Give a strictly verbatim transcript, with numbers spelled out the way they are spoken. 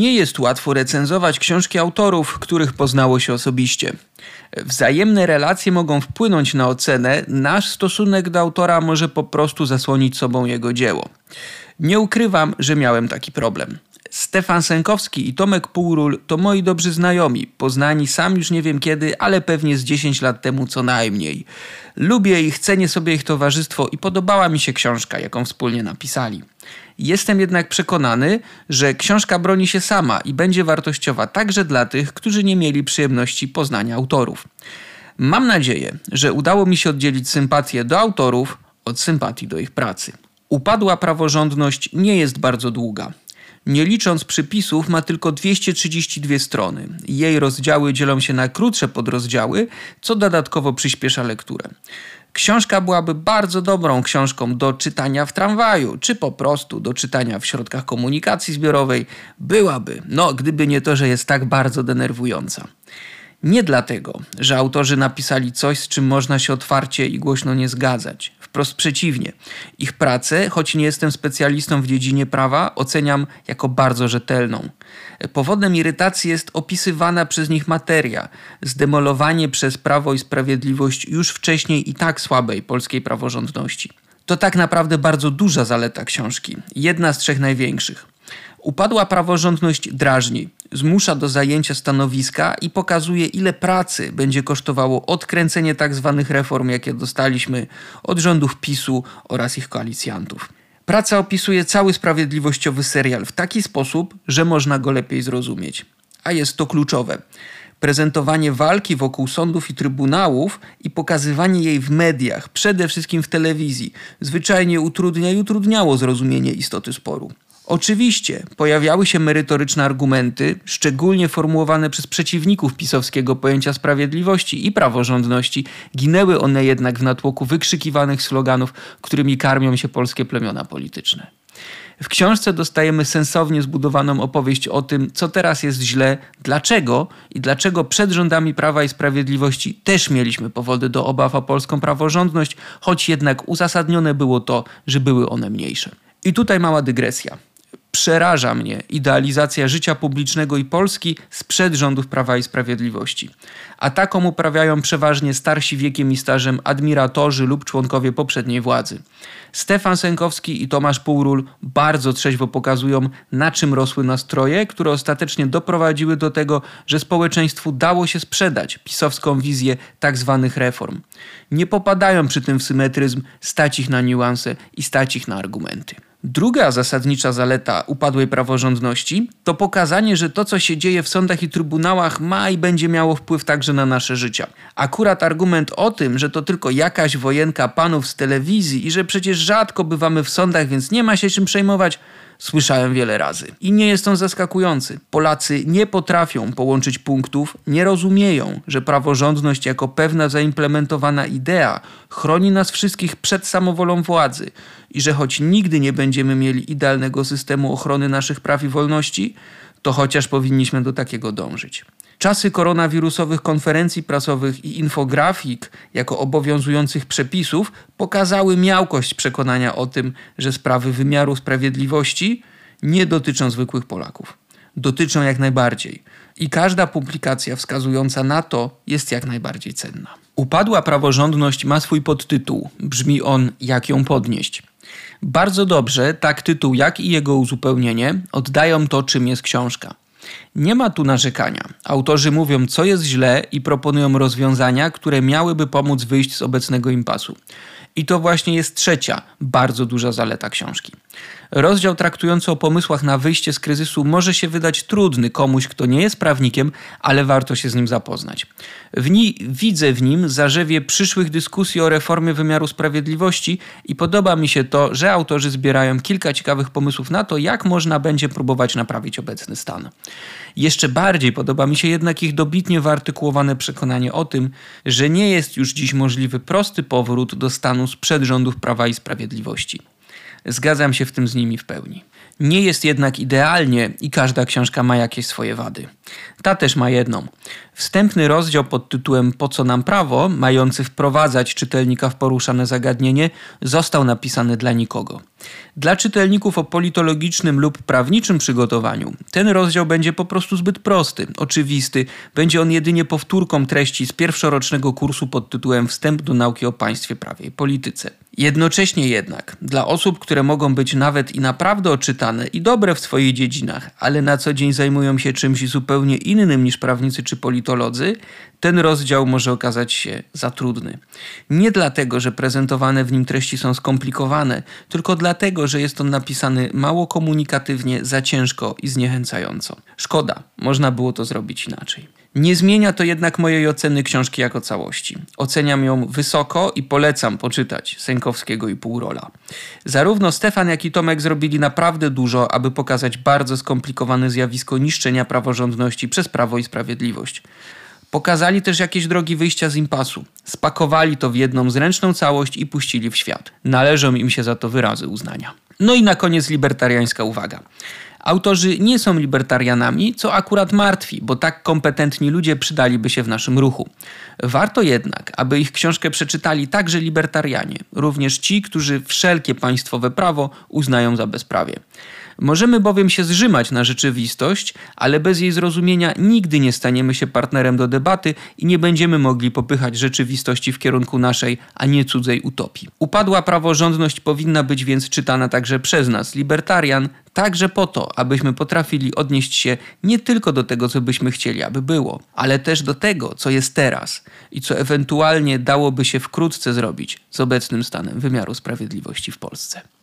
Nie jest łatwo recenzować książki autorów, których poznało się osobiście. Wzajemne relacje mogą wpłynąć na ocenę, nasz stosunek do autora może po prostu zasłonić sobą jego dzieło. Nie ukrywam, że miałem taki problem. Stefan Sękowski i Tomek Półról to moi dobrzy znajomi, poznani sam już nie wiem kiedy, ale pewnie z dziesięć lat temu co najmniej. Lubię ich, cenię sobie ich towarzystwo i podobała mi się książka, jaką wspólnie napisali. Jestem jednak przekonany, że książka broni się sama i będzie wartościowa także dla tych, którzy nie mieli przyjemności poznania autorów. Mam nadzieję, że udało mi się oddzielić sympatię do autorów od sympatii do ich pracy. Upadła praworządność nie jest bardzo długa. Nie licząc przypisów ma tylko dwieście trzydzieści dwie strony. Jej rozdziały dzielą się na krótsze podrozdziały, co dodatkowo przyspiesza lekturę. Książka byłaby bardzo dobrą książką do czytania w tramwaju, czy po prostu do czytania w środkach komunikacji zbiorowej. Byłaby, no gdyby nie to, że jest tak bardzo denerwująca. Nie dlatego, że autorzy napisali coś, z czym można się otwarcie i głośno nie zgadzać. Wprost przeciwnie. Ich pracę, choć nie jestem specjalistą w dziedzinie prawa, oceniam jako bardzo rzetelną. Powodem irytacji jest opisywana przez nich materia, zdemolowanie przez Prawo i Sprawiedliwość już wcześniej i tak słabej polskiej praworządności. To tak naprawdę bardzo duża zaleta książki, jedna z trzech największych. Upadła praworządność drażni, zmusza do zajęcia stanowiska i pokazuje, ile pracy będzie kosztowało odkręcenie tzw. reform, jakie dostaliśmy od rządów PiSu oraz ich koalicjantów. Praca opisuje cały sprawiedliwościowy serial w taki sposób, że można go lepiej zrozumieć. A jest to kluczowe. Prezentowanie walki wokół sądów i trybunałów i pokazywanie jej w mediach, przede wszystkim w telewizji, zwyczajnie utrudnia i utrudniało zrozumienie istoty sporu. Oczywiście pojawiały się merytoryczne argumenty, szczególnie formułowane przez przeciwników pisowskiego pojęcia sprawiedliwości i praworządności. Ginęły one jednak w natłoku wykrzykiwanych sloganów, którymi karmią się polskie plemiona polityczne. W książce dostajemy sensownie zbudowaną opowieść o tym, co teraz jest źle, dlaczego i dlaczego przed rządami Prawa i Sprawiedliwości też mieliśmy powody do obaw o polską praworządność, choć jednak uzasadnione było to, że były one mniejsze. I tutaj mała dygresja. Przeraża mnie idealizacja życia publicznego i Polski sprzed rządów Prawa i Sprawiedliwości. A taką uprawiają przeważnie starsi wiekiem i stażem admiratorzy lub członkowie poprzedniej władzy. Stefan Sękowski i Tomasz Półról bardzo trzeźwo pokazują, na czym rosły nastroje, które ostatecznie doprowadziły do tego, że społeczeństwu dało się sprzedać pisowską wizję tzw. reform. Nie popadają przy tym w symetryzm, stać ich na niuanse i stać ich na argumenty. Druga zasadnicza zaleta upadłej praworządności to pokazanie, że to, co się dzieje w sądach i trybunałach, ma i będzie miało wpływ także na nasze życia. Akurat argument o tym, że to tylko jakaś wojenka panów z telewizji i że przecież rzadko bywamy w sądach, więc nie ma się czym przejmować, słyszałem wiele razy. I nie jest on zaskakujący. Polacy nie potrafią połączyć punktów, nie rozumieją, że praworządność jako pewna zaimplementowana idea chroni nas wszystkich przed samowolą władzy i że choć nigdy nie będziemy mieli idealnego systemu ochrony naszych praw i wolności, to chociaż powinniśmy do takiego dążyć. Czasy koronawirusowych konferencji prasowych i infografik jako obowiązujących przepisów pokazały miałkość przekonania o tym, że sprawy wymiaru sprawiedliwości nie dotyczą zwykłych Polaków. Dotyczą jak najbardziej. I każda publikacja wskazująca na to jest jak najbardziej cenna. Upadła praworządność ma swój podtytuł. Brzmi on „Jak ją podnieść?”. Bardzo dobrze tak tytuł, jak i jego uzupełnienie oddają to, czym jest książka. Nie ma tu narzekania. Autorzy mówią, co jest źle i proponują rozwiązania, które miałyby pomóc wyjść z obecnego impasu. I to właśnie jest trzecia, bardzo duża zaleta książki. Rozdział traktujący o pomysłach na wyjście z kryzysu może się wydać trudny komuś, kto nie jest prawnikiem, ale warto się z nim zapoznać. W ni- widzę w nim zarzewie przyszłych dyskusji o reformie wymiaru sprawiedliwości i podoba mi się to, że autorzy zbierają kilka ciekawych pomysłów na to, jak można będzie próbować naprawić obecny stan. Jeszcze bardziej podoba mi się jednak ich dobitnie wyartykułowane przekonanie o tym, że nie jest już dziś możliwy prosty powrót do stanu sprzed rządów Prawa i Sprawiedliwości. Zgadzam się w tym z nimi w pełni. Nie jest jednak idealnie i każda książka ma jakieś swoje wady. Ta też ma jedną. Wstępny rozdział pod tytułem „Po co nam prawo?”, mający wprowadzać czytelnika w poruszane zagadnienie, został napisany dla nikogo. Dla czytelników o politologicznym lub prawniczym przygotowaniu ten rozdział będzie po prostu zbyt prosty, oczywisty, będzie on jedynie powtórką treści z pierwszorocznego kursu pod tytułem „Wstęp do nauki o państwie, prawie i polityce”. Jednocześnie jednak, dla osób, które mogą być nawet i naprawdę oczytane i dobre w swoich dziedzinach, ale na co dzień zajmują się czymś zupełnie innym niż prawnicy czy politolodzy, ten rozdział może okazać się za trudny. Nie dlatego, że prezentowane w nim treści są skomplikowane, tylko dlatego, że jest on napisany mało komunikatywnie, za ciężko i zniechęcająco. Szkoda, można było to zrobić inaczej. Nie zmienia to jednak mojej oceny książki jako całości. Oceniam ją wysoko i polecam poczytać Sękowskiego i Półrola. Zarówno Stefan, jak i Tomek zrobili naprawdę dużo, aby pokazać bardzo skomplikowane zjawisko niszczenia praworządności przez Prawo i Sprawiedliwość. Pokazali też jakieś drogi wyjścia z impasu. Spakowali to w jedną zręczną całość i puścili w świat. Należą im się za to wyrazy uznania. No i na koniec libertariańska uwaga. Autorzy nie są libertarianami, co akurat martwi, bo tak kompetentni ludzie przydaliby się w naszym ruchu. Warto jednak, aby ich książkę przeczytali także libertarianie, również ci, którzy wszelkie państwowe prawo uznają za bezprawie. Możemy bowiem się zrzymać na rzeczywistość, ale bez jej zrozumienia nigdy nie staniemy się partnerem do debaty i nie będziemy mogli popychać rzeczywistości w kierunku naszej, a nie cudzej utopii. Upadła praworządność powinna być więc czytana także przez nas, libertarian, także po to, abyśmy potrafili odnieść się nie tylko do tego, co byśmy chcieli, aby było, ale też do tego, co jest teraz i co ewentualnie dałoby się wkrótce zrobić z obecnym stanem wymiaru sprawiedliwości w Polsce.